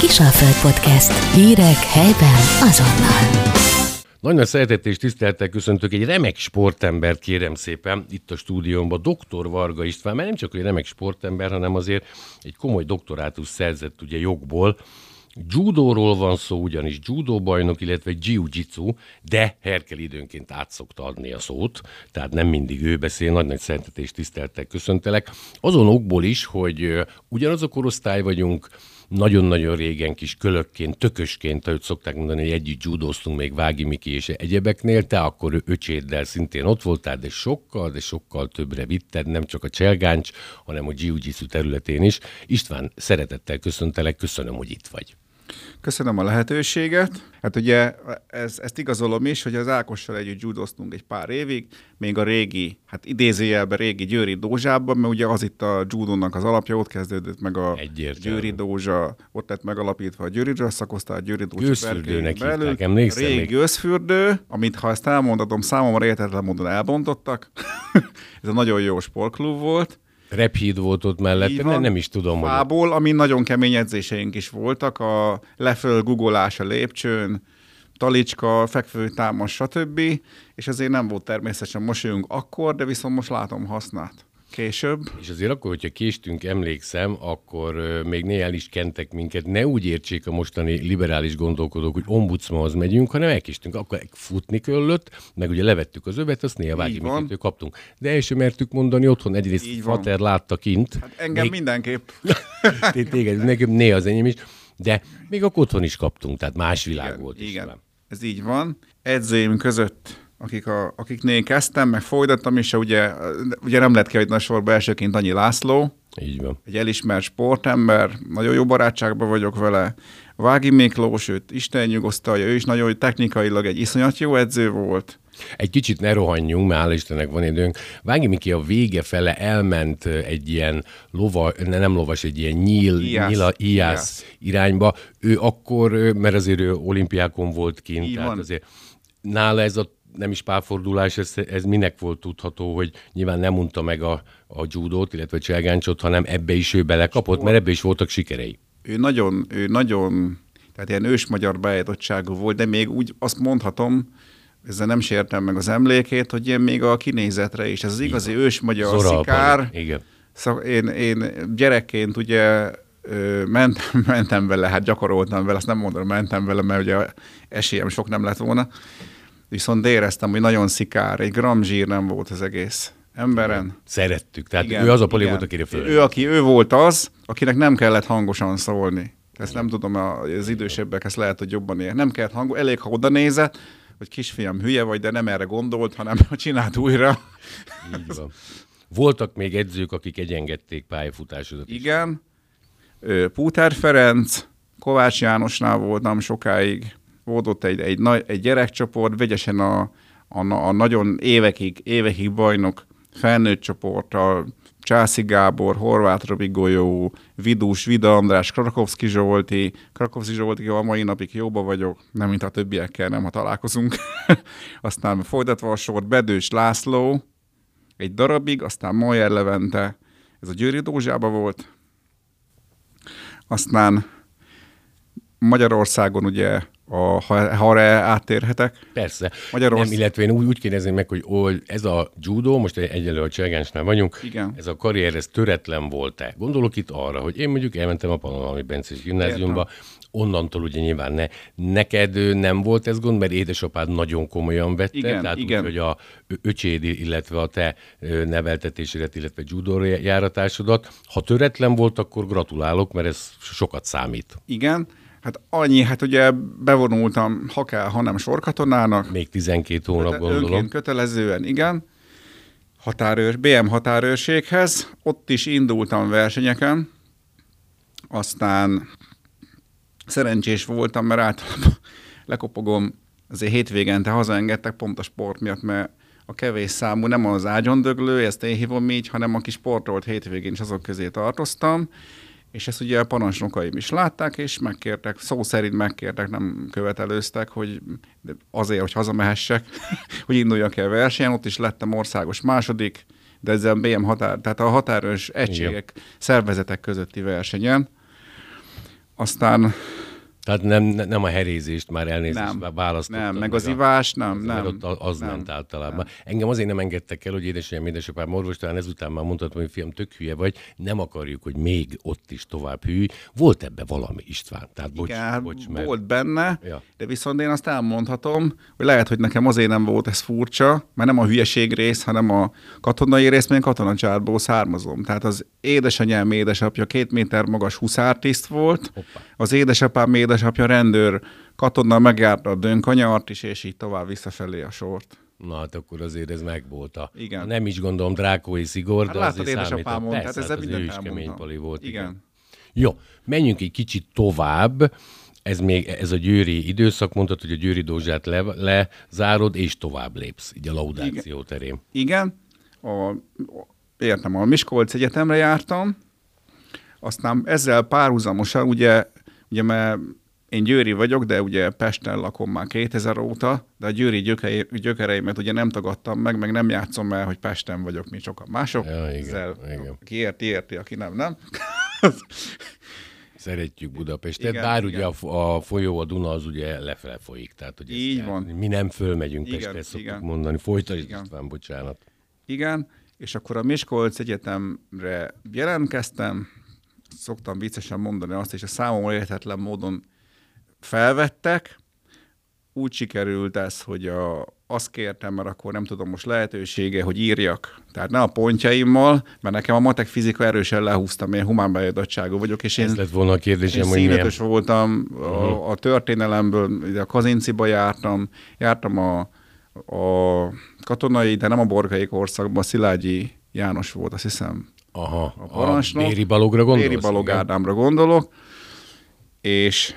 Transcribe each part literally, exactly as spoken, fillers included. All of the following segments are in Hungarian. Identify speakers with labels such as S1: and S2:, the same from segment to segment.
S1: Kisalföld Podcast. Hírek helyben azonnal.
S2: Nagy-nagy szeretettel és tisztelettel köszöntök egy remek sportembert, kérem szépen, itt a stúdiómban, doktor Varga István, mert nem csak egy remek sportember, hanem azért egy komoly doktorátus szerzett ugye jogból. Judóról van szó, ugyanis judó bajnok, illetve jiu-jitsu, de Herkel időnként át szokta adni a szót, tehát nem mindig ő beszél, nagy-nagy szeretettel és tisztelettel köszöntelek. Azon okból is, hogy ugyanaz a korosztály vagyunk, nagyon-nagyon régen kis kölökként, tökösként, ahogy szokták mondani, hogy együtt judóztunk még Vági Miki és egyebeknél, te akkor öcséddel szintén ott voltál, de sokkal, de sokkal többre vitted, nem csak a cselgáncs, hanem a jiu-jitsu területén is. István, szeretettel köszöntelek, köszönöm, hogy itt vagy.
S3: Köszönöm a lehetőséget. Hát ugye ez, ezt igazolom is, hogy az Ákossal együtt judoztunk egy pár évig, még a régi, hát idézőjelben régi Győri dózsában, mert ugye az itt a judónak az alapja, ott kezdődött meg a
S2: Egyértelmű.
S3: Győri dózsa, ott lett megalapítva a Győri szakosztály, a Győri dózsa
S2: Gőzfürdőnek
S3: belül.
S2: hívták, emlékszem
S3: Régi
S2: még?
S3: gőzfürdő, amit ha ezt elmondatom, számomra értetlen módon elbontottak. Ez a nagyon jó sportklub volt.
S2: Rephíd volt ott mellette, nem, nem is tudom, hogy...
S3: Fából, amin nagyon kemény edzéseink is voltak, a leföl guggolás a lépcsőn, talicska, fekvő támasz, stb. És azért nem volt természetesen mosolyunk akkor, de viszont most látom hasznát. Később.
S2: És azért akkor, hogyha késtünk, emlékszem, akkor euh, még néha el is kentek minket. Ne úgy értsék a mostani liberális gondolkodók, hogy ombudsmanhoz megyünk, hanem elkéstünk. Akkor futni köllött, meg ugye levettük az övet, azt néha Vági Mikitől kaptunk. De el sem mertük mondani otthon, egyrészt Fater látta kint.
S3: Hát engem még... mindenképp.
S2: Téged, nekem néha az enyém is. De még akkor otthon is kaptunk, tehát más világ
S3: igen,
S2: volt.
S3: Igen,
S2: is,
S3: ez így van. Edzőim között akik a, akiknél kezdtem, meg folytattam, és ugye, ugye nem lett kihagyni a sorba elsőként Annyi László.
S2: Így van.
S3: Egy elismert sportember, nagyon jó barátságban vagyok vele. Vági Miklós, őt Isten nyugosztalja, ő is nagyon technikailag egy iszonyat jó edző volt.
S2: Egy kicsit ne rohanjunk, mert hála Istennek van időnk. Vági Miki a vége fele elment egy ilyen lova, nem lovas, egy ilyen nyíl,
S3: Ijász.
S2: nyíla, ijász irányba. Ő akkor, mert azért ő olimpiákon volt kint,
S3: Így
S2: tehát
S3: van.
S2: azért nála ez a nem is párfordulás, ez, ez minek volt tudható, hogy nyilván nem unta meg a, a judót, illetve a cselgáncsot, hanem ebbe is ő belekapott, Sport. Mert ebbe is voltak sikerei.
S3: Ő nagyon, ő nagyon, tehát ilyen ősmagyar beállítottságú volt, de még úgy azt mondhatom, ezzel nem sértem meg az emlékét, hogy ilyen még a kinézetre is. Ez az igazi ősmagyar szikár.
S2: Igen.
S3: Szóval én, én gyerekként ugye mentem, mentem vele, hát gyakoroltam vele, azt nem mondom, mentem vele, mert ugye esélyem sok nem lett volna. Viszont éreztem, hogy nagyon szikár, egy gram zsír nem volt az egész emberen.
S2: Szerettük, tehát
S3: igen,
S2: ő az a poli
S3: igen.
S2: volt, akire föl.
S3: Ő, aki, ő volt az, akinek nem kellett hangosan szólni. Ezt nem tudom, az idősebbek ezt lehet, hogy jobban ér. Nem kellett hangos, elég, ha oda nézett, hogy kisfiam hülye vagy, de nem erre gondolt, hanem csinált újra.
S2: Így van. Voltak még edzők, akik egyengedték pályafutásodat is.
S3: Igen. Púter Ferenc, Kovács Jánosnál voltam sokáig. Volt ott egy, egy, egy gyerekcsoport, vegyesen a, a, a nagyon évekig, évekig bajnok felnőtt csoport, a Császi Gábor, Horváth Robi Golyó, Vidus, Vida András, Krakowski Zsolti, Krakowski Zsolti, a mai napig jóba vagyok, nem mint a többiekkel, nem, ha találkozunk. Aztán folytatva a sort, Bedős László, egy darabig, aztán Majer Levente, ez a Győri dózsában volt. Aztán Magyarországon ugye, a, ha, ha áttérhetek.
S2: Persze.
S3: Magyarország...
S2: Nem, illetve én úgy, úgy kérdezném meg, hogy ez a judó, most egyelőre a cselgáncsnál vagyunk,
S3: igen.
S2: Ez a karrier, ez töretlen volt-e? Gondolok itt arra, hogy én mondjuk elmentem a Pannonhalmi Bencés gimnáziumba, onnantól ugye nyilván ne, neked nem volt ez gond, mert édesapád nagyon komolyan vette,
S3: igen,
S2: tehát
S3: igen.
S2: úgy, hogy a öcséd, illetve a te neveltetésedet, illetve judó járatásodat. Ha töretlen volt, akkor gratulálok, mert ez sokat számít.
S3: Igen. Hát annyi, hát ugye bevonultam, ha kell, ha nem sorkatonának.
S2: Még tizenkét hónap,
S3: Köte-
S2: gondolom.
S3: Önként kötelezően, igen. Határőr, bé em határőrséghez. Ott is indultam versenyeken. Aztán szerencsés voltam, mert általában lekopogom, azért hétvégente hazaengedtek pont a sport miatt, mert a kevés számú nem az ágyondöglő, ezt én hívom így, hanem aki sportolt hétvégén, és azok közé tartoztam. És ezt ugye a parancsnokaim is látták, és megkértek, szó szerint megkértek, nem követelőztek, hogy azért, hogy hazamehessek, hogy induljak el versenyen, ott is lettem országos második, de ezzel bé em határ, tehát a határőrs egységek, igen, szervezetek közötti versenyen. Aztán
S2: Tehát nem, nem a herézést már elnézést
S3: Nem,
S2: választottad.
S3: nem, meg az ivás, nem,
S2: az,
S3: nem.
S2: Mert ott az
S3: nem,
S2: ment általában.
S3: nem.
S2: Engem azért nem engedtek el, hogy édesanyám, édesapám orvos, talán ezután már mondhatom, hogy fiam, tök hülye vagy, nem akarjuk, hogy még ott is tovább hűj. Volt ebbe valami, István? Tehát bocs,
S3: Igen,
S2: bocs, mert...
S3: volt benne,
S2: Ja.
S3: de viszont én azt elmondhatom, hogy lehet, hogy nekem azért nem volt ez furcsa, mert nem a hülyeség rész, hanem a katonai rész, mert én katonacsaládból származom. Tehát az édesanyám édesapja két méter magas huszártiszt volt,
S2: Hoppá.
S3: az édesapám édesapja rendőr, katona megjárta a dönkanyart is, és így tovább visszafelé a sort.
S2: Na hát akkor azért ez megvolt. A,
S3: Igen.
S2: a nem is gondolom drákói szigor,
S3: Hát
S2: de
S3: láttad
S2: azért számít.
S3: édesapámon, tehát
S2: Persze,
S3: ezzel
S2: hát az ő
S3: mindent
S2: is kemény
S3: elmondtam.
S2: pali volt. Igen.
S3: Igen.
S2: Jó, menjünk egy kicsit tovább. Ez még ez a győri időszak, mondtad, hogy a Győri Dózsát le, lezárod, és tovább lépsz, így a laudáció terén.
S3: Igen, a, értem, a Miskolc Egyetemre jártam, aztán ezzel párhuzamosan, ugye, ugye mert én győri vagyok, de ugye Pesten lakom már kétezer óta, de a győri gyökei, gyökereimet ugye nem tagadtam meg, meg nem játszom el, hogy Pesten vagyok, mint sokan mások.
S2: Ja, igen,
S3: ezzel,
S2: igen.
S3: Aki érti, érti, aki nem, nem.
S2: Szeretjük Budapestet,
S3: Igen,
S2: bár
S3: igen.
S2: ugye a, a folyó, a Duna az ugye lefele folyik. Tehát, hogy
S3: Így
S2: ezt
S3: van.
S2: Mi nem fölmegyünk
S3: Igen,
S2: Pestre, ezt szoktuk
S3: igen.
S2: mondani. Folytasd,
S3: Igen.
S2: István, bocsánat.
S3: Igen, és akkor a Miskolc Egyetemre jelentkeztem, szoktam viccesen mondani azt, és a számomra érthetetlen módon felvettek. Úgy sikerült ez, hogy a, azt kértem, mert akkor nem tudom, most lehetősége, hogy írjak. Tehát ne a pontjaimmal, mert nekem a matek fizika erősen lehúztam, én humán bejutottságú vagyok, és én,
S2: Ez lett volna a
S3: én
S2: kérdésem, hogy milyen...
S3: színötös voltam a, a történelemből, ide a Kazinciba jártam, jártam a, a katonai, de nem a Borkai korszakban, Szilágyi János volt, azt hiszem.
S2: Aha,
S3: A
S2: a,
S3: parancsnok.
S2: Béri Balogra gondolsz?
S3: Béri Balog
S2: Igen.
S3: Ádámra gondolok, és,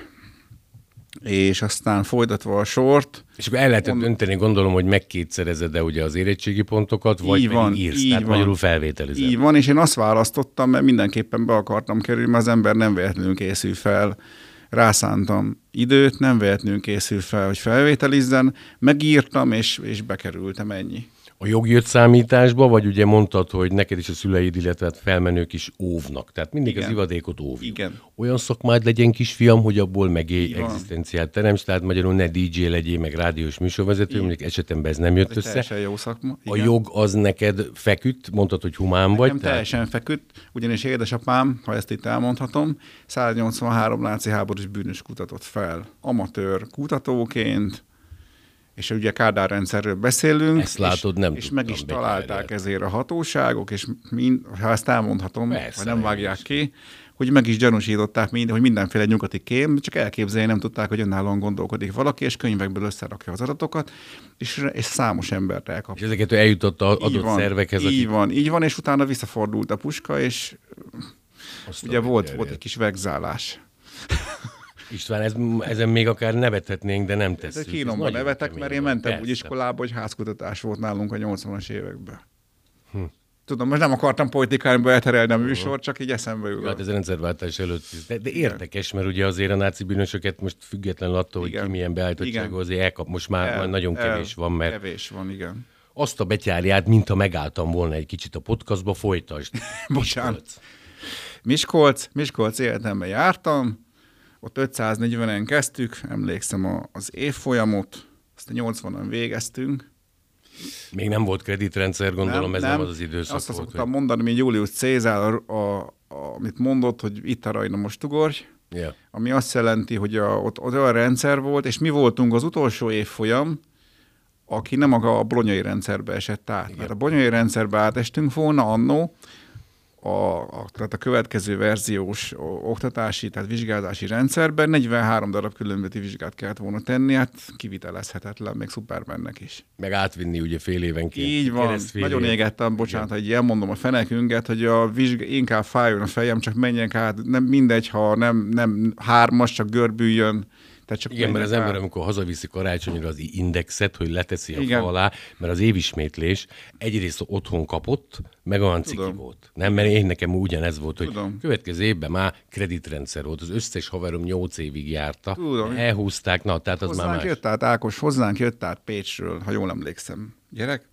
S3: és aztán folytatva a sort,
S2: És akkor el lehetett
S3: On-
S2: dönteni, gondolom, hogy megkétszerezed de ugye az érettségi pontokat, vagy
S3: Így
S2: pedig
S3: van,
S2: írsz,
S3: így
S2: tehát
S3: van.
S2: magyarul felvételizel.
S3: így van, és én azt választottam, mert mindenképpen be akartam kerülni, mert az ember nem véletlenül készül fel. Rászántam időt, nem véletlenül készül fel, hogy felvételizzen, megírtam, és, és bekerültem, ennyi.
S2: A jog jött számításba, vagy ugye mondtad, hogy neked is a szüleid, illetve hát felmenők is óvnak. Tehát mindig
S3: Igen.
S2: az ivadékot óvjuk.
S3: Igen.
S2: Olyan szakmád legyen, kisfiam, hogy abból megélj
S3: Így van.
S2: egzisztenciát teremts, tehát magyarul ne dé dzsé legyél, meg rádiós műsorvezető, mondjuk esetemben ez nem jött
S3: Ez egy
S2: össze.
S3: teljesen jó szakma.
S2: A
S3: igen.
S2: jog az neked feküdt, mondtad, hogy humán vagy.
S3: Nem teljesen feküdt, ugyanis édesapám, ha ezt itt elmondhatom, száznyolcvanhárom náci háborús bűnös kutatott fel. Amatőr kutatóként, és ugye Kádár rendszerről beszélünk.
S2: Ezt látod,
S3: és,
S2: nem
S3: És
S2: tudtam,
S3: meg is
S2: betyárját.
S3: találták ezért a hatóságok, és mind, ha ezt elmondhatom,
S2: Persze,
S3: ha nem
S2: én
S3: vágják
S2: is.
S3: ki, hogy meg is gyanúsították mind, hogy mindenféle nyugati kém, csak elképzelni nem tudták, hogy önállóan gondolkodik valaki, és könyvekből összerakja az adatokat, és, és számos embert
S2: És
S3: elkapja.
S2: ezeket ő eljutott a
S3: Így
S2: adott
S3: van,
S2: szervekhez,
S3: így
S2: akik...
S3: van, így van, és utána visszafordult a puska, és
S2: Azt a
S3: ugye volt,
S2: betyárját.
S3: volt egy kis vegzálás.
S2: István, ez, ezen még akár nevethetnénk, de nem
S3: De
S2: tesszük. Ez
S3: kínomban
S2: nagyon
S3: nevetek,
S2: kemény
S3: mert én
S2: volt.
S3: mentem úgy
S2: Persze.
S3: iskolába, hogy házkutatás volt nálunk a nyolcvanas években. Hm. Tudom, most nem akartam politikába elterelni a műsor, csak így eszembe jut.
S2: Hát ez a rendszerváltás előtt is. De, de érdekes, mert ugye azért a náci bűnösöket most függetlenül attól, hogy
S3: Igen.
S2: ki milyen beállítottságú,
S3: Igen.
S2: azért elkap, most már,
S3: El-
S2: már nagyon
S3: el-
S2: kevés van, mert
S3: Kevés van, igen.
S2: azt a betyárját, mint ha megálltam volna egy kicsit a podcastba, folytasd.
S3: Bocsánat.
S2: Miskolc.
S3: Miskolc, Miskolc életemben jártam, ott ötszáznegyvenen kezdtük, emlékszem a, az évfolyamot, aztán nyolcvanan végeztünk.
S2: Még nem volt kreditrendszer, gondolom ez nem az az időszak
S3: Azt
S2: volt.
S3: szoktam mondani, mint Julius Cézár, a, a, a, amit mondott, hogy itt a rajna most ugorj,
S2: Hogy... Ja.
S3: ami azt jelenti, hogy a, ott, ott olyan rendszer volt, és mi voltunk az utolsó évfolyam, aki nem a, a bolonyai rendszerbe esett át. Igen. Mert a bolonyai rendszerbe átestünk volna annó, a, a, tehát a következő verziós o, oktatási, tehát vizsgázási rendszerben negyvenhárom darab különböző vizsgát kellett volna tenni, hát kivitelezhetetlen, még Supermannek is.
S2: Meg átvinni ugye fél évenként.
S3: Így van,
S2: Keresztfél
S3: nagyon
S2: év.
S3: égettem, bocsánat, hogy elmondom a fenekünket, hogy a vizsg... inkább fájjon a fejem, csak menjek át, nem mindegy, ha nem, nem hármas, csak görbüljön. Tehát csak
S2: Igen, mert az
S3: menjek
S2: ember,
S3: át.
S2: amikor hazaviszi karácsonyra az indexet, hogy leteszi a
S3: Igen.
S2: fa alá, mert az évismétlés egyrészt otthon kapott, meg olyan ciki
S3: Tudom.
S2: volt. Nem, mert én nekem ugyanez volt, hogy
S3: Tudom.
S2: következő évben már kreditrendszer volt. Az összes haverom nyolc évig járta.
S3: Tudom.
S2: Elhúzták, na, tehát az már
S3: Hozzánk
S2: más.
S3: jött át Ákos, hozzánk jött át Pécsről, ha jól emlékszem. Gyerek?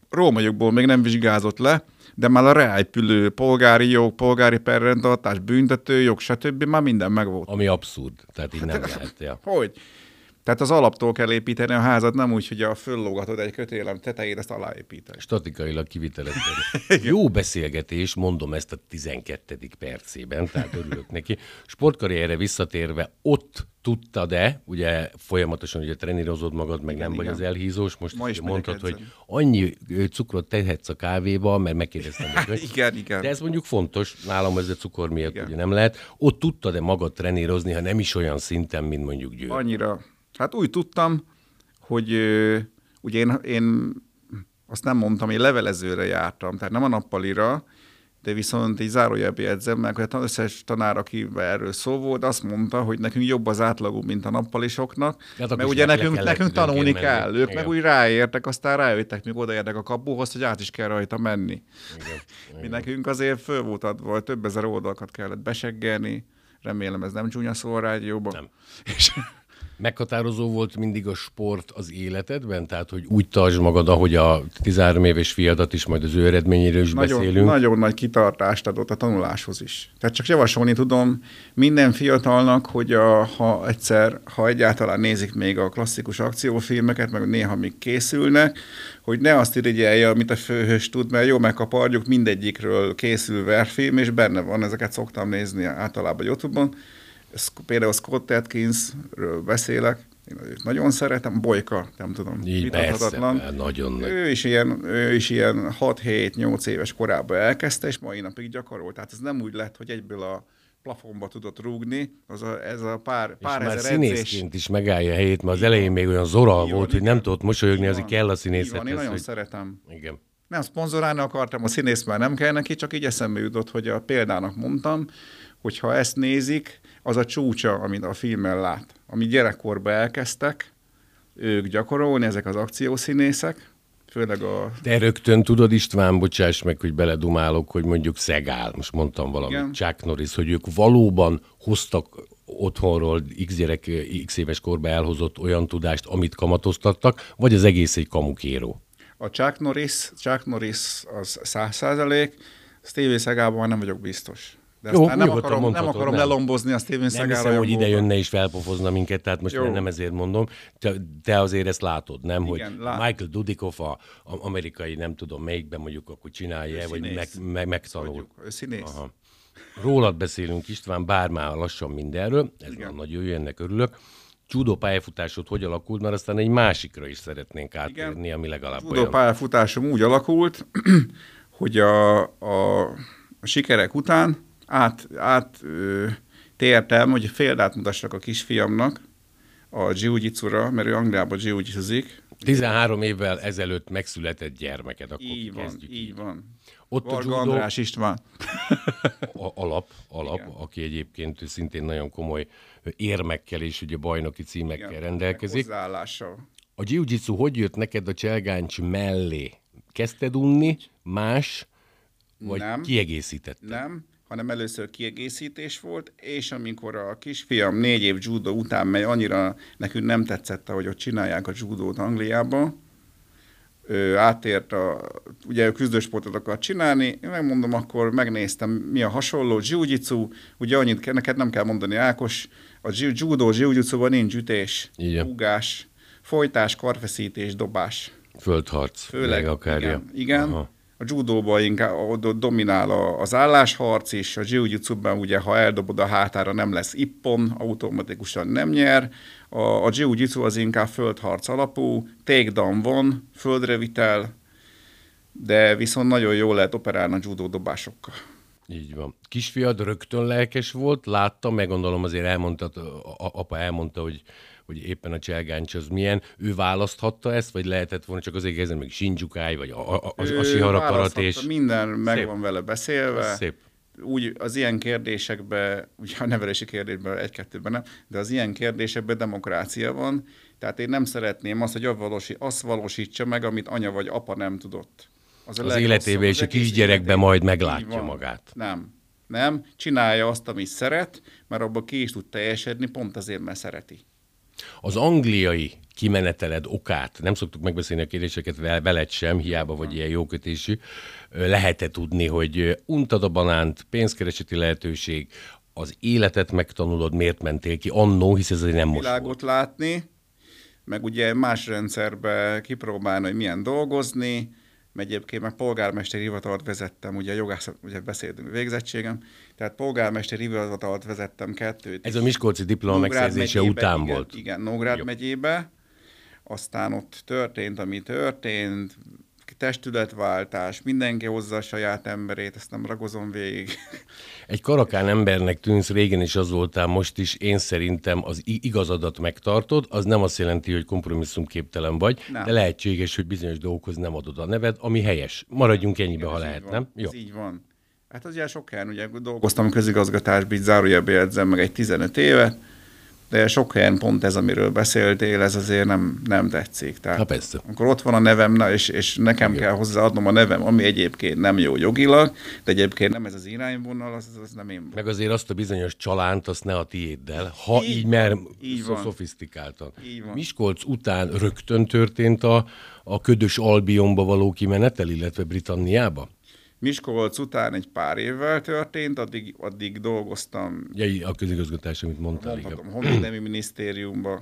S3: rómaiakból még nem vizsgázott le, de már a ráépülő polgári jog, polgári perrendtartás, büntetőjog, stb. Már minden megvolt.
S2: Ami abszurd, tehát így nem lehet. Ja.
S3: Hogy? Tehát az alaptól kell építeni a házat, nem úgy, hogy a föllógatod egy kötélem tetejét, ezt aláépíteni.
S2: Statikailag kivitelezve. Jó beszélgetés, mondom ezt a tizenkettedik percében, tehát örülök neki. Sportkarrierre visszatérve, ott tudtad-e, ugye folyamatosan ugye trenírozod magad, meg igen, nem igen. vagy az elhízós, most
S3: Ma is
S2: mondtad, hogy annyi cukrot tehetsz a kávéba, mert megkérdeztem, hogy
S3: igen, igen.
S2: De ez mondjuk fontos, nálam ez a cukor miatt igen. ugye nem lehet. Ott tudtad-e magad trenírozni, ha nem is olyan szinten, mint mondjuk Győr?
S3: Annyira. Hát úgy tudtam, hogy ugye én, én azt nem mondtam, én levelezőre jártam, tehát nem a nappalira, de viszont egy zárójelbe jegyzem meg, hogy az összes tanár, akivel erről szó volt, azt mondta, hogy nekünk jobb az átlagú, mint a nappalisoknak, hát mert ugye nekünk, nekünk tanulni kell, menni. Ők igen. meg úgy ráértek, aztán rájöttek, míg odaértek a kapuhoz, hogy át is kell rajta menni. Igen. Mi nekünk azért föl volt adva, több ezer oldalakat kellett beseggelni, remélem ez nem csúnya szó a rádióban.
S2: Nem. És meghatározó volt mindig a sport az életedben? Tehát, hogy úgy tartsd magad, ahogy a tizenhárom éves fiadat is, majd az ő eredményéről is
S3: nagyon,
S2: beszélünk.
S3: Nagyon nagy kitartást adott a tanuláshoz is. Tehát csak javasolni tudom minden fiatalnak, hogy a, ha egyszer, ha egyáltalán nézik még a klasszikus akciófilmeket, meg néha még készülnek, hogy ne azt irigyelje, amit a főhős tud, mert jó megkaparjuk, mindegyikről készül verfilm, és benne van, ezeket szoktam nézni általában YouTube-on. Például Scott Adkinsről beszélek, én őt nagyon szeretem, Bolyka, nem tudom,
S2: így persze, nagyon nagy.
S3: Ő is ilyen, ő is ilyen hat-hét-nyolc éves korában elkezdte, és mai napig gyakorol. Tehát ez nem úgy lett, hogy egyből a plafonba tudott rúgni, az a, ez a pár, pár
S2: és
S3: ezer
S2: már színészként edzés is megállja a helyét, mert az elején még olyan zoral volt, van, hogy nem tudott mosolyogni, azért kell a színészethez.
S3: Én nagyon
S2: hogy...
S3: szeretem.
S2: Igen.
S3: Nem szponzorálni akartam, a színész már nem kell neki, csak így eszembe jutott, hogy a példának mondtam, hogy ha ezt nézik, az a csúcsa, amit a filmen lát. Amit gyerekkorban elkezdtek, ők gyakorolni, ezek az akciószínészek, főleg a...
S2: Te rögtön tudod, István, bocsáss meg, hogy beledumálok, hogy mondjuk Szegál, most mondtam valamit, igen. Chuck Norris, hogy ők valóban hoztak otthonról x gyerek x éves korba elhozott olyan tudást, amit kamatoztattak, vagy az egész egy kamukéró?
S3: A Chuck Norris, Chuck Norris az száz százalék, Steven Seagalban nem vagyok biztos. De
S2: jó,
S3: nem akarom, nem akarom nem. lelombozni a Steven Seagal.
S2: Nem hiszem, hogy ide jönne és felpofozna minket, tehát most jó. nem ezért mondom. Te, te azért ezt látod, nem? Igen, hogy lát. Michael Dudikoff, a, a amerikai, nem tudom melyikben mondjuk akkor csinálja, vagy meg, meg, megtanul.
S3: Ő színész. Aha.
S2: Rólad beszélünk, István, bár már lassan mindenről, ez igen. van nagyon jó, ennek örülök. Judó pályafutásod hogy alakult, mert aztán egy másikra is szeretnénk átérni, ami legalább
S3: olyan. Judó pályafutásom úgy alakult, hogy a, a, a sikerek után át, át ö, tértem, hogy példát mutassak a kisfiamnak a jiu-jitsura, mert ő Angliában jiu-jitsuzik.
S2: tizenhárom évvel ezelőtt megszületett gyermeked, akkor így
S3: van,
S2: kezdjük.
S3: így van.
S2: Ott
S3: Varga
S2: a judo...
S3: András István.
S2: A, alap, alap aki egyébként szintén nagyon komoly érmekkel és ugye bajnoki címekkel igen, rendelkezik.
S3: Hozzáállással.
S2: A jiu-jitsu hogy jött neked a cselgáncs mellé? Kezdted unni, más, vagy
S3: nem,
S2: kiegészítetted?
S3: Nem, hanem először kiegészítés volt, és amikor a kisfiam négy év judo után, mely annyira nekünk nem tetszett, ahogy ott csinálják a judót Angliában, ő átért a, ugye küzdősportot akart csinálni, én megmondom, akkor megnéztem, mi a hasonló, jiu-jitsu, ugye annyit neked nem kell mondani, Ákos, a judo, jiu-jitsuban nincs ütés, húgás, folytás, karfeszítés, dobás.
S2: Földharc.
S3: Főleg, igen. igen. Aha. A judóban inkább dominál az állásharc is, a jiu-jitsuban ugye, ha eldobod a hátára, nem lesz ippon, automatikusan nem nyer. A, a jiu-jitsu az inkább földharc alapú, takedown van, földrevitel, de viszont nagyon jól lehet operálni a judó dobásokkal.
S2: Így van. Kisfiad rögtön lelkes volt, látta, meg gondolom azért elmondta, apa elmondta, hogy hogy éppen a cselgáncs az milyen, ő választhatta ezt, vagy lehetett volna csak azért kezdeni, meg Shinjukai, vagy a, a, a, a Shihara karatés.
S3: Minden meg szép. Van vele beszélve.
S2: Az szép.
S3: Úgy az ilyen kérdésekben, ugye a nevelési kérdésben egy-kettőben nem, de az ilyen kérdésekben demokrácia van, tehát én nem szeretném azt, hogy valósi, azt valósítsa meg, amit anya vagy apa nem tudott.
S2: Az, az életében és a kisgyerekben majd meglátja magát.
S3: Nem. Nem, csinálja azt, amit szeret, mert abban ki is tud teljesedni, pont azért, mert szereti.
S2: Az angliai kimeneteled okát, nem szoktuk megbeszélni a kérdéseket veled sem, hiába vagy ilyen jókötésű, lehet-e tudni, hogy untad a banánt, pénzkereseti lehetőség, az életet megtanulod, miért mentél ki annó, hisz ez nem most
S3: világot
S2: volt.
S3: látni, meg ugye más rendszerbe kipróbálni, hogy milyen dolgozni, mert egyébként meg polgármesteri hivatalt vezettem, ugye jogász, ugye beszéltünk végzettségem, tehát polgármesteri hivatalt vezettem kettőt.
S2: Ez a miskolci diploma megszerzése után
S3: igen,
S2: volt.
S3: Igen, Nógrád
S2: Jó.
S3: megyébe, aztán ott történt, ami történt, testületváltás, mindenki hozza a saját emberét, ezt nem ragozom végig.
S2: Egy karakán embernek tűnsz, régen is az voltál, most is. Én szerintem az igazadat megtartod, az nem azt jelenti, hogy kompromisszumképtelen vagy, nem. De lehetséges, hogy bizonyos dolgokhoz nem adod a neved, ami helyes. Maradjunk ennyibe, igen, ha lehet,
S3: van.
S2: nem? Jó.
S3: Ez így van. Hát az ugye sok helyen, ugye dolgoztam közigazgatásban, így zárójelbe jegyzem meg egy tizenöt évet, de sok helyen pont ez, amiről beszéltél, ez azért nem, nem tetszik. Tehát,
S2: ha persze.
S3: Amikor ott van a nevem, és, és nekem igen. kell hozzáadnom a nevem, ami egyébként nem jó jogilag, de egyébként nem ez az irányvonal, az, az nem én.
S2: Meg azért azt a bizonyos csalánt, azt ne a tiéddel, ha így, így mert szofisztikáltan. Miskolc után rögtön történt a, a ködös Albionba való kimenetel, illetve Britanniába?
S3: Miskolc után egy pár évvel történt, addig, addig dolgoztam.
S2: Ja, a közigazgatás, amit mondtál.
S3: Mondhatom, Honvédelmi Minisztériumba,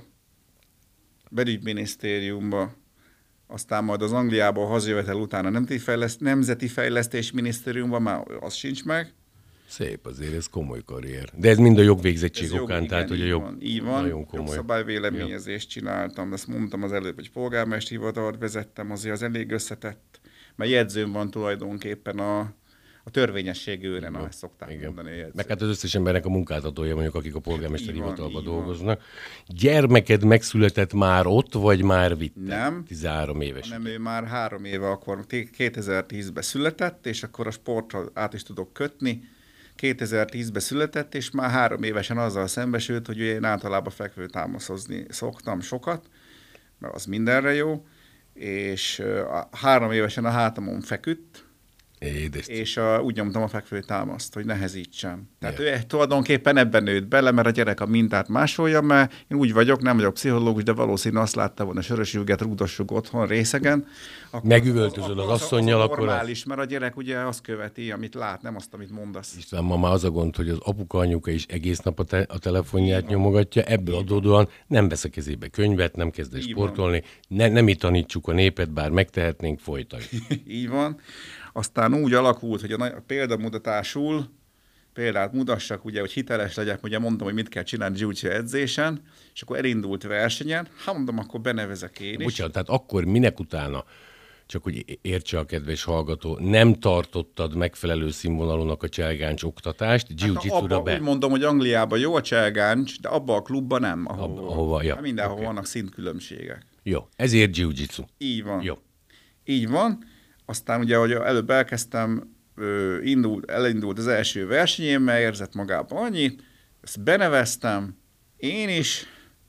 S3: Belügyminisztériumba, aztán majd az Angliából hazajövetel után a Nemzeti, Fejleszt, Nemzeti Fejlesztés Minisztériumban, már az sincs meg.
S2: Szép, azért ez komoly karrier. De ez mind a jogvégzettség
S3: ez
S2: okán,
S3: jog,
S2: tehát
S3: igen,
S2: hogy a jog
S3: van, így van.
S2: Nagyon komoly.
S3: Jogszabályvéleményezést csináltam, ezt mondtam az előbb, hogy polgármesteri hivatalt vezettem, azért az elég összetett, mert jegyzőm van tulajdonképpen a, a törvényesség őre, na, ezt szokták igen. mondani a jegyző.
S2: Meg hát az összes embernek a munkáltatója, mondjuk, akik a polgármesteri hivatalban dolgoznak.
S3: Van.
S2: Gyermeked megszületett már ott, vagy már vitted?
S3: Nem.
S2: tizenhárom éves.
S3: Nem, ő már három éve, akkor kétezer-tízben született, és akkor a sportra át is tudok kötni. kétezer-tízben született, és már három évesen azzal szembesült, hogy én általában fekvő támaszozni szoktam sokat, mert az mindenre jó, és a három évesen a hátamon feküdt,
S2: Édes.
S3: és a, úgy nyomtam a fekvő támaszt, hogy nehezítsem. Tehát yeah. ő tulajdonképpen ebben nőtt bele, mert a gyerek a mintát másolja, mert én úgy vagyok, nem vagyok pszichológus, de valószínű azt látta volna, sörös üveget rúgdossuk otthon részegen.
S2: Megüvöltözöl az, az, az asszonnyal,
S3: az, az
S2: akkor
S3: normális, az... mert a gyerek ugye azt követi, amit lát, nem azt, amit mondasz.
S2: István, ma már az a gond, hogy az apuka, anyuka is egész nap a, te- a telefonját nyomogatja, ebből adódóan nem vesz a kezébe könyvet, nem kezd el sportolni, ne, nem itt tanítsuk a népet, bár megtehetnénk, folytatjuk.
S3: Így van. Aztán úgy alakult, hogy a, a példamutatásul, példát mutassak, ugye, hogy hiteles legyek, ugye mondtam, hogy mit kell csinálni jiu-jitsu edzésen, és akkor elindult versenyen, hát mondom, akkor benevezek én is.
S2: Bocsánat, tehát akkor minek utána, csak hogy értse a kedves hallgató, nem tartottad megfelelő színvonalúnak a cselgáncs oktatást, jiu-jitsura
S3: hát
S2: be?
S3: Úgy mondom, hogy Angliában jó a cselgáncs, de abban a klubban nem, ahova,
S2: Abba, ahova ja.
S3: mindenhol okay. vannak szintkülönbségek.
S2: Jó, ezért jiu-jitsu.
S3: Így van.
S2: Jó.
S3: Így van. Aztán ugye, ahogy előbb elkezdtem, indult, elindult az első versenyém, mert érzett magában annyit, ezt beneveztem, én is,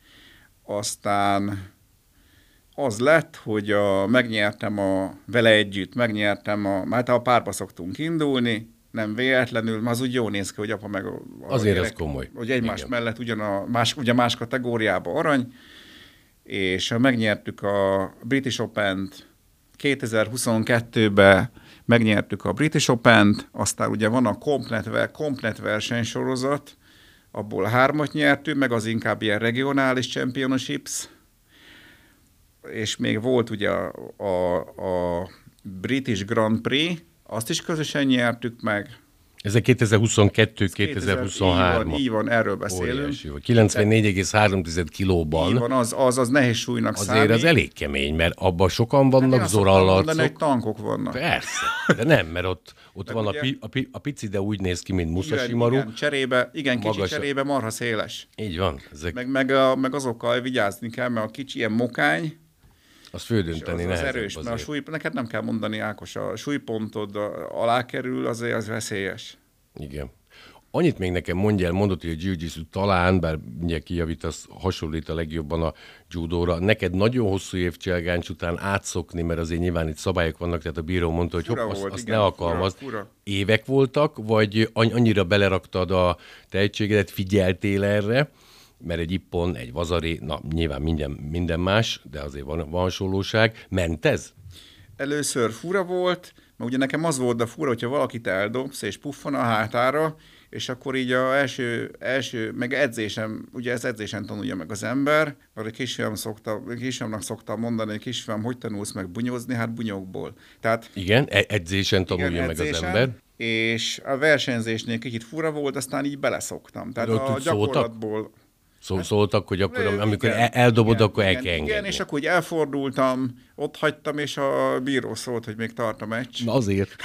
S3: aztán az lett, hogy a, megnyertem a, vele együtt, megnyertem a, mert a párba szoktunk indulni, nem véletlenül, mert az úgy jól néz ki, hogy apa meg a, a
S2: azért
S3: gyerek,
S2: ez komoly.
S3: Hogy egymás
S2: igen.
S3: mellett ugyan a más, ugye más kategóriában arany, és megnyertük a British Opent, kétezer-huszonkettőben megnyertük a British Opent, aztán ugye van a komplet, komplet versenysorozat, abból hármat nyertünk, meg az inkább ilyen regionális championships, és még volt ugye a, a, a British Grand Prix, azt is közösen nyertük meg.
S2: Ez a kétezer-huszonkettő kétezer-huszonhárom.
S3: Így van, így van, erről beszélünk.
S2: kilencvennégy egész három kilóban.
S3: Így van, az, az, az nehéz súlynak
S2: azért
S3: számít.
S2: az elég kemény, mert abban sokan vannak hát zorallarcok.
S3: De tankok vannak.
S2: Persze, de nem, mert ott, ott van ugye, a, pi, a, pi, a pici, de úgy néz ki, mint Musashi Maru.
S3: Igen, cserébe, igen kicsi magas, cserébe marha széles.
S2: Így van. Ezek...
S3: Meg, meg, a, meg azokkal vigyázni kell, mert a kicsi ilyen mokány,
S2: az fődönteni
S3: az, az erős,
S2: azért.
S3: mert a súly, neked nem kell mondani, Ákos, a súlypontod alá kerül, azért az veszélyes.
S2: Igen. Annyit még nekem mondjál, mondod, hogy a jiu-jitsu talán, bár mindjárt kijavítasz, hasonlít a legjobban a judóra. Neked nagyon hosszú év cselgáncs után átszokni, mert azért nyilván itt szabályok vannak, tehát a bíró mondta, hogy hopp, azt, volt, azt igen, ne alkalmazd. Fura, fura. Évek voltak, vagy annyira beleraktad a tehetségedet, figyeltél erre, mert egy ippon, egy vazari, na nyilván minden, minden más, de azért van, van hasonlóság. Ment ez?
S3: Először fura volt, mert ugye nekem az volt a fura, hogyha valakit eldobsz, és puffan a hátára, és akkor így a első, első meg edzésem, ugye ez edzésen tanulja meg az ember, mert a kisfiam szokta, kisfiamnak szoktam mondani, hogy kisfiam, hogy tanulsz meg bunyózni? Hát bunyókból. Tehát,
S2: igen, edzésen tanulja igen, meg edzésen, az ember.
S3: És a versenyzésnél kicsit fura volt, aztán így beleszoktam. Tehát de a gyakorlatból...
S2: Szó, szóltak, hogy akkor, amikor igen, eldobod, igen, akkor
S3: igen,
S2: el kell engedni.
S3: Igen, és akkor úgy elfordultam, ott hagytam, és a bíró szólt, hogy még tart a meccs.
S2: Na azért.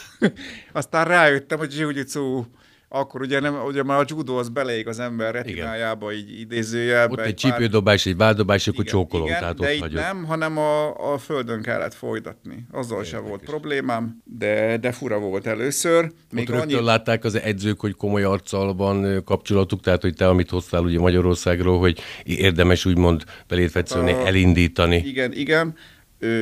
S3: Aztán rájöttem, hogy jiu-jitsu, akkor ugye, nem, ugye már a judo az beleég az ember retinájába, így idézőjelbe.
S2: Ott egy, egy csípődobás, egy váldobás, akkor csókolom,
S3: igen,
S2: tehát
S3: de
S2: ott
S3: itt
S2: hagyod.
S3: nem, hanem a, a földön kellett folytatni. Azzal sem volt problémám, de, de fura volt először.
S2: Még ott rögtön annyi... látták az edzők, hogy komoly arccal van kapcsolatuk, tehát hogy te, amit hoztál ugye Magyarországról, hogy érdemes úgymond belét vetszölni, a... elindítani.
S3: Igen, igen. Ö,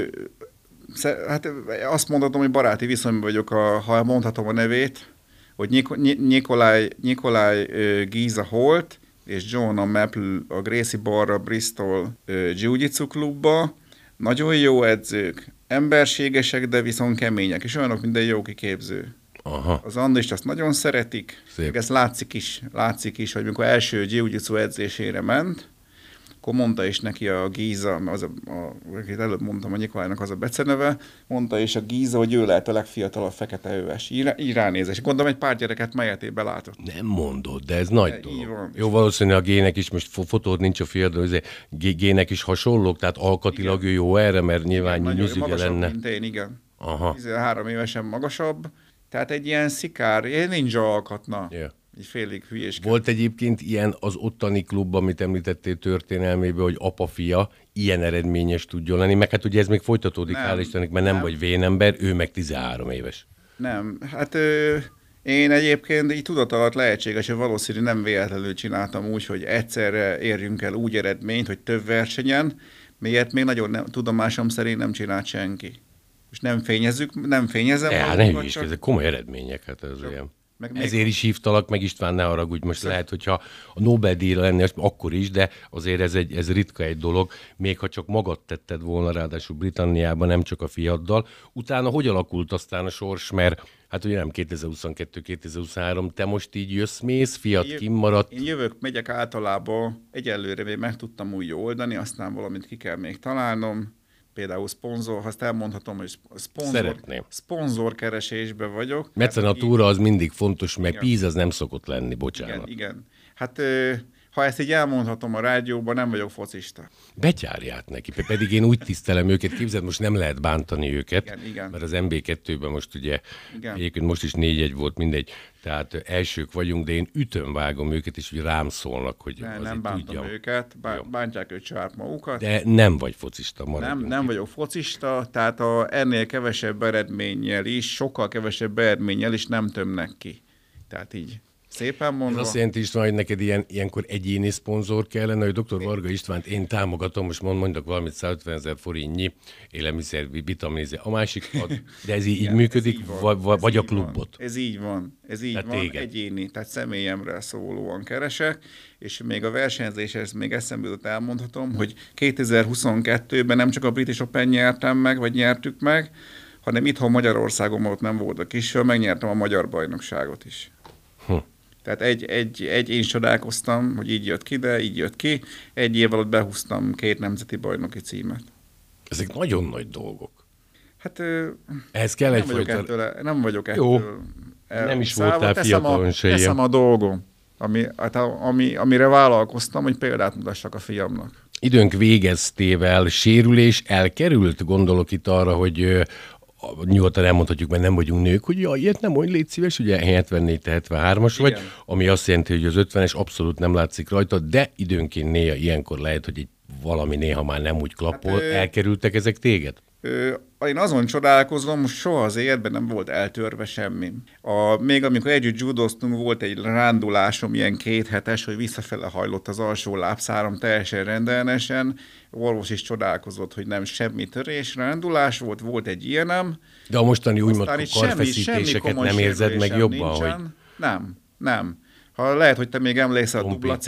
S3: hát azt mondhatom, hogy baráti viszonyban vagyok, a, ha mondhatom a nevét, hogy Nik- Nikolaj, Nikolaj uh, Giza Holt és John a Maple a Gracie Barra Bristol uh, Jiu-Jitsu klubba. Nagyon jó edzők, emberségesek, de viszont kemények, és olyanok, mint egy jó kiképző.
S2: Aha.
S3: Az Andrist azt nagyon szeretik, ez látszik is, látszik is, hogy mikor első Jiu-Jitsu edzésére ment, akkor mondta is neki a Giza, az a, a, előbb mondtam a Nikolajnak az a beceneve, mondta is a Giza, hogy ő lehet a legfiatalabb fekete öves. Így, így ránézés. Gondolom, egy pár gyereket melyetébe látott.
S2: Nem mondod, de ez nagy
S3: de
S2: dolog. Jó, valószínűleg a gének is, most fotód nincs a fiadról, gének is hasonlók, tehát alkatilag igen. Ő jó erre, mert nyilván nyűzüge lenne.
S3: Mint én, igen.
S2: Aha.
S3: tizenhárom évesen magasabb, tehát egy ilyen szikár, egy ninja alkatna.
S2: Yeah.
S3: Egy félig hülyéskedett.
S2: Volt egyébként ilyen az ottani klubban, amit említettél történelmében, hogy apa-fia ilyen eredményes tudjon lenni, meg hát ugye ez még folytatódik, hál' Istennek, mert nem, nem vagy vénember, ő meg tizenhárom éves.
S3: Nem, hát ö, én egyébként így tudat alatt lehetséges, hogy valószínű nem véletlenül csináltam úgy, hogy egyszerre érjünk el úgy eredményt, hogy több versenyen, miért még nagyon nem, tudomásom szerint nem csinált senki. És nem fényezzük, nem fényezem.
S2: Ja, ne hülyesd, ezek komoly eredmények, hát ez csak, olyan. Meg ezért még... is hívtalak, meg István, ne haragudj, most lehet, hogyha a Nobel-díjra lenni, akkor is, de azért ez, egy, ez ritka egy dolog, még ha csak magad tetted volna, ráadásul Britanniában, nem csak a fiaddal. Utána hogy alakult aztán a sors, mert hát ugye nem kétezer-huszonkettő kétezer-huszonhárom, te most így jössz, mész, fiat
S3: én,
S2: kimaradt.
S3: Én jövök, megyek általában, egyelőre még meg tudtam úgy oldani, aztán valamit ki kell még találnom. Például szponzor, azt elmondhatom, hogy szponzor, szponzorkeresésben vagyok.
S2: Mecenatúra az mindig fontos, mert píz az nem szokott lenni, bocsánat.
S3: Igen, igen. Hát ha ezt így elmondhatom a rádióban, nem vagyok focista.
S2: Betyárját neki, pedig én úgy tisztelem őket, képzeld, most nem lehet bántani őket,
S3: igen, igen.
S2: Mert az em bé kettőben most ugye, igen. Egyébként most is négy egy volt, mindegy, tehát elsők vagyunk, de én ütöm vágom őket, és úgy rám szólnak, hogy
S3: ne, nem bántom tudjam. őket, bántják őt saját magukat.
S2: De nem vagy focista,
S3: maradjunk. Nem, nem vagyok focista, tehát a, ennél kevesebb eredménnyel is, sokkal kevesebb eredménnyel is nem tömnek ki. Tehát így. Szépen mondva.
S2: Ez azt jelenti, István, hogy neked ilyen, ilyenkor egyéni szponzor kellene, hogy doktor Varga Istvánt én támogatom, most mond, mondok valamit százötvenezer forintnyi élelmiszer, vitaminizé. A másik, de ez így, igen, így működik, ez így van, vagy, vagy a klubot?
S3: Van. Ez így van, ez így tehát van, téged. Egyéni, tehát személyemre szólóan keresek, és még a versenyzéshez még eszembe jutott elmondhatom, hogy kétezer-huszonkettőben nem csak a British Open nyertem meg, vagy nyertük meg, hanem itthon Magyarországon ott nem volt a kisről, megnyertem a magyar bajnokságot is. Hm. Tehát egy, egy, egy én csodálkoztam, hogy így jött ki, de így jött ki. Egy év alatt behúztam két nemzeti bajnoki címet.
S2: Ezek nagyon nagy dolgok.
S3: Hát
S2: ehhez kell
S3: nem,
S2: egy
S3: vagyok
S2: folyton...
S3: ettől, nem vagyok ettől.
S2: Jó, el... nem is voltál fiatalon se ilyen.
S3: Teszem a dolgom, ami, hát ami, amire vállalkoztam, hogy példát mutassak a fiamnak.
S2: Időnk végeztével sérülés elkerült, gondolok itt arra, hogy nyugodtan elmondhatjuk, mert nem vagyunk nők, hogy jaj, ilyet nem mondj, légy szíves, ugye hetvennégy hetvenhármas vagy, ami azt jelenti, hogy az ötvenes abszolút nem látszik rajta, de időnként néha ilyenkor lehet, hogy egy valami néha már nem úgy klappol. Hát, elkerültek ezek téged?
S3: Ö, én azon csodálkozom, hogy soha az életben nem volt eltörve semmi. A, még amikor együtt judoztunk, volt egy rándulásom, ilyen kéthetes, hogy visszafele hajlott az alsó lábszáram teljesen rendellenesen. Orvos is csodálkozott, hogy nem semmi törés, rándulás volt, volt egy ilyenem.
S2: De a mostani úgymond karfeszítéseket nem érzed meg jobban?
S3: Hogy... Nem, nem. Ha lehet, hogy te még emlékszel a duplacik.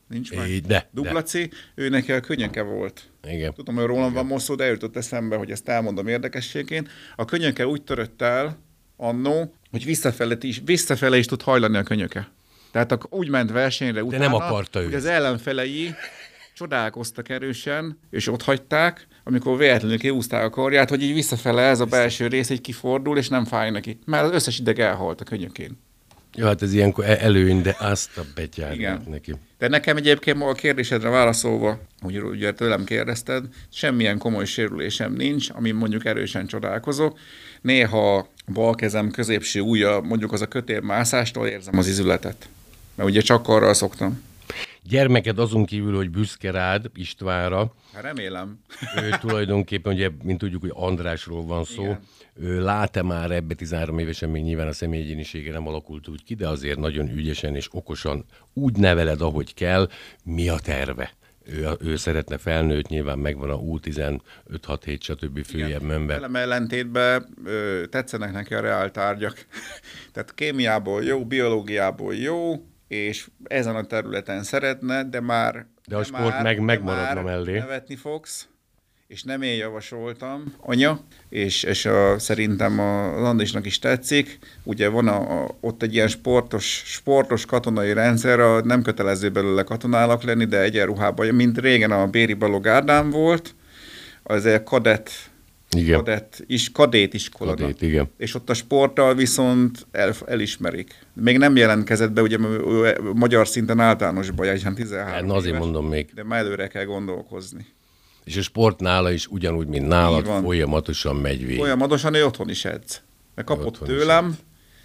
S3: nincs meg.
S2: De,
S3: Dupla C, ő neki a Könyöke volt.
S2: Igen.
S3: Tudom, hogy rólam van most szó, de eljutott eszembe, hogy ezt elmondom érdekességként. A Könyöke úgy törött el annó, hogy visszafele is, visszafele is tud hajlani a Könyöke. Tehát a, úgy ment versenyre utána,
S2: nem akarta ő.
S3: hogy az ellenfelei csodálkoztak erősen, és ott hagyták, amikor véletlenül kiúzták a karját, hogy így visszafele ez a belső rész így kifordul, és nem fáj neki. Mert az összes ideg elhalt a könyökén.
S2: Ja, hát ez ilyenkor előny, de azt a betyárját neki.
S3: De nekem egyébként a kérdésedre válaszolva, hogy ugye tőlem kérdezted, semmilyen komoly sérülésem nincs, amin mondjuk erősen csodálkozok. Néha a bal kezem középső ujja, mondjuk az a kötélmászástól érzem az izületet. Mert ugye csak arra szoktam.
S2: Gyermeked azon kívül, hogy büszke rád, Istvánra.
S3: Hát remélem.
S2: Ő tulajdonképpen, ugye, mint tudjuk, hogy Andrásról van szó. Igen. Ő lát-e már ebbe tizenhárom évesen, még nyilván a személyegyénisége nem alakult úgy ki, de azért nagyon ügyesen és okosan úgy neveled, ahogy kell. Mi a terve? Ő, ő szeretne felnőtt, nyilván megvan a U tizenöt hat hét stb. Följebb member.
S3: Velem ellentétben ö, tetszenek neki a reál tárgyak. Tehát kémiából jó, biológiából jó, és ezen a területen szeretne, de már...
S2: De a de sport már, meg megmaradna mellé.
S3: Nevetni fogsz, és nem én javasoltam, anya, és, és a, szerintem az Andisnak is tetszik. Ugye van a, a, ott egy ilyen sportos, sportos katonai rendszer, a, nem kötelező belőle katonának lenni, de egyenruhában, mint régen a Béri Balog Ádám volt, az egy kadett,
S2: igen.
S3: kadett is, kadét iskola.
S2: Kadét, igen.
S3: És ott a sporttal viszont el, elismerik. Még nem jelentkezett be, ugye magyar szinten általános baj, egy tizenhárom
S2: hát, azért
S3: éves,
S2: mondom még.
S3: De már előre kell gondolkozni.
S2: És a sport nála is ugyanúgy, mint nálad, folyamatosan megy végig.
S3: Folyamatosan, ő otthon is edz. Mert kapott otthon tőlem,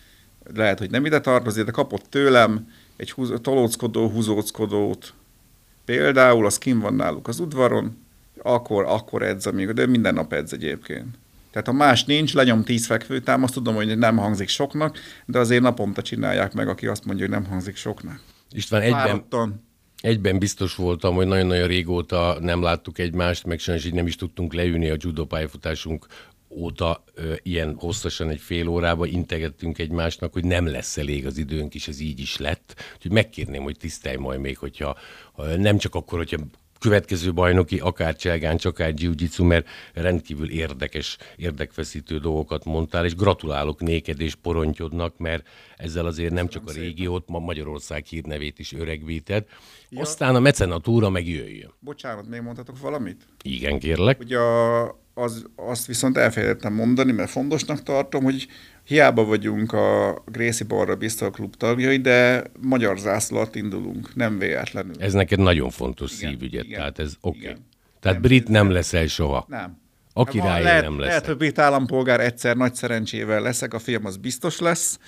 S3: lehet, hogy nem ide tartozik, de kapott tőlem egy húz, tolóckodó, húzóckodót. Például, az kint van náluk az udvaron, akkor, akkor edz, amíg, de minden nap edz egyébként. Tehát ha más nincs, lenyom tíz fekvőtám, azt tudom, hogy nem hangzik soknak, de azért naponta csinálják meg, aki azt mondja, hogy nem hangzik soknak.
S2: István, egyben... Egyben biztos voltam, hogy nagyon-nagyon régóta nem láttuk egymást, meg sajnos így nem is tudtunk leülni a judo pályafutásunk óta ö, ilyen hosszasan egy fél órába integettünk egymásnak, hogy nem lesz elég az időnk, és ez így is lett. Úgyhogy megkérném, hogy tisztelj majd még, hogyha ha nem csak akkor, hogyha következő bajnoki, akár cselgánc, akár jiu-jitsu, mert rendkívül érdekes, érdekfeszítő dolgokat mondtál, és gratulálok néked és Porontyodnak, mert ezzel azért nem csak a régiót, ma Magyarország hírnevét is öregvíted. Ja. Aztán a mecenatúra meg jöjjön.
S3: Bocsánat, még mondhatok valamit?
S2: Igen, kérlek.
S3: Ugye az, azt viszont elfelejtettem mondani, mert fontosnak tartom, hogy hiába vagyunk a Gracie Barra Bicol Klub tagjai, de magyar zászló alatt indulunk, nem véletlenül.
S2: Ez neked nagyon fontos igen, szívügyet, igen, tehát ez oké. Okay. Tehát nem, brit nem leszel soha.
S3: Nem.
S2: A király
S3: lehet,
S2: nem lesz.
S3: Lehet, hogy brit állampolgár egyszer nagy szerencsével leszek, a film az biztos lesz,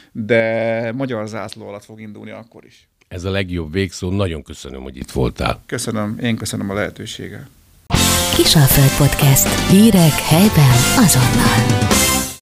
S3: de magyar zászló alatt fog indulni akkor is.
S2: Ez a legjobb végszó, nagyon köszönöm, hogy itt voltál.
S3: Köszönöm, én köszönöm a lehetőséget.
S1: Kisalföld Podcast. Hírek helyben azonnal.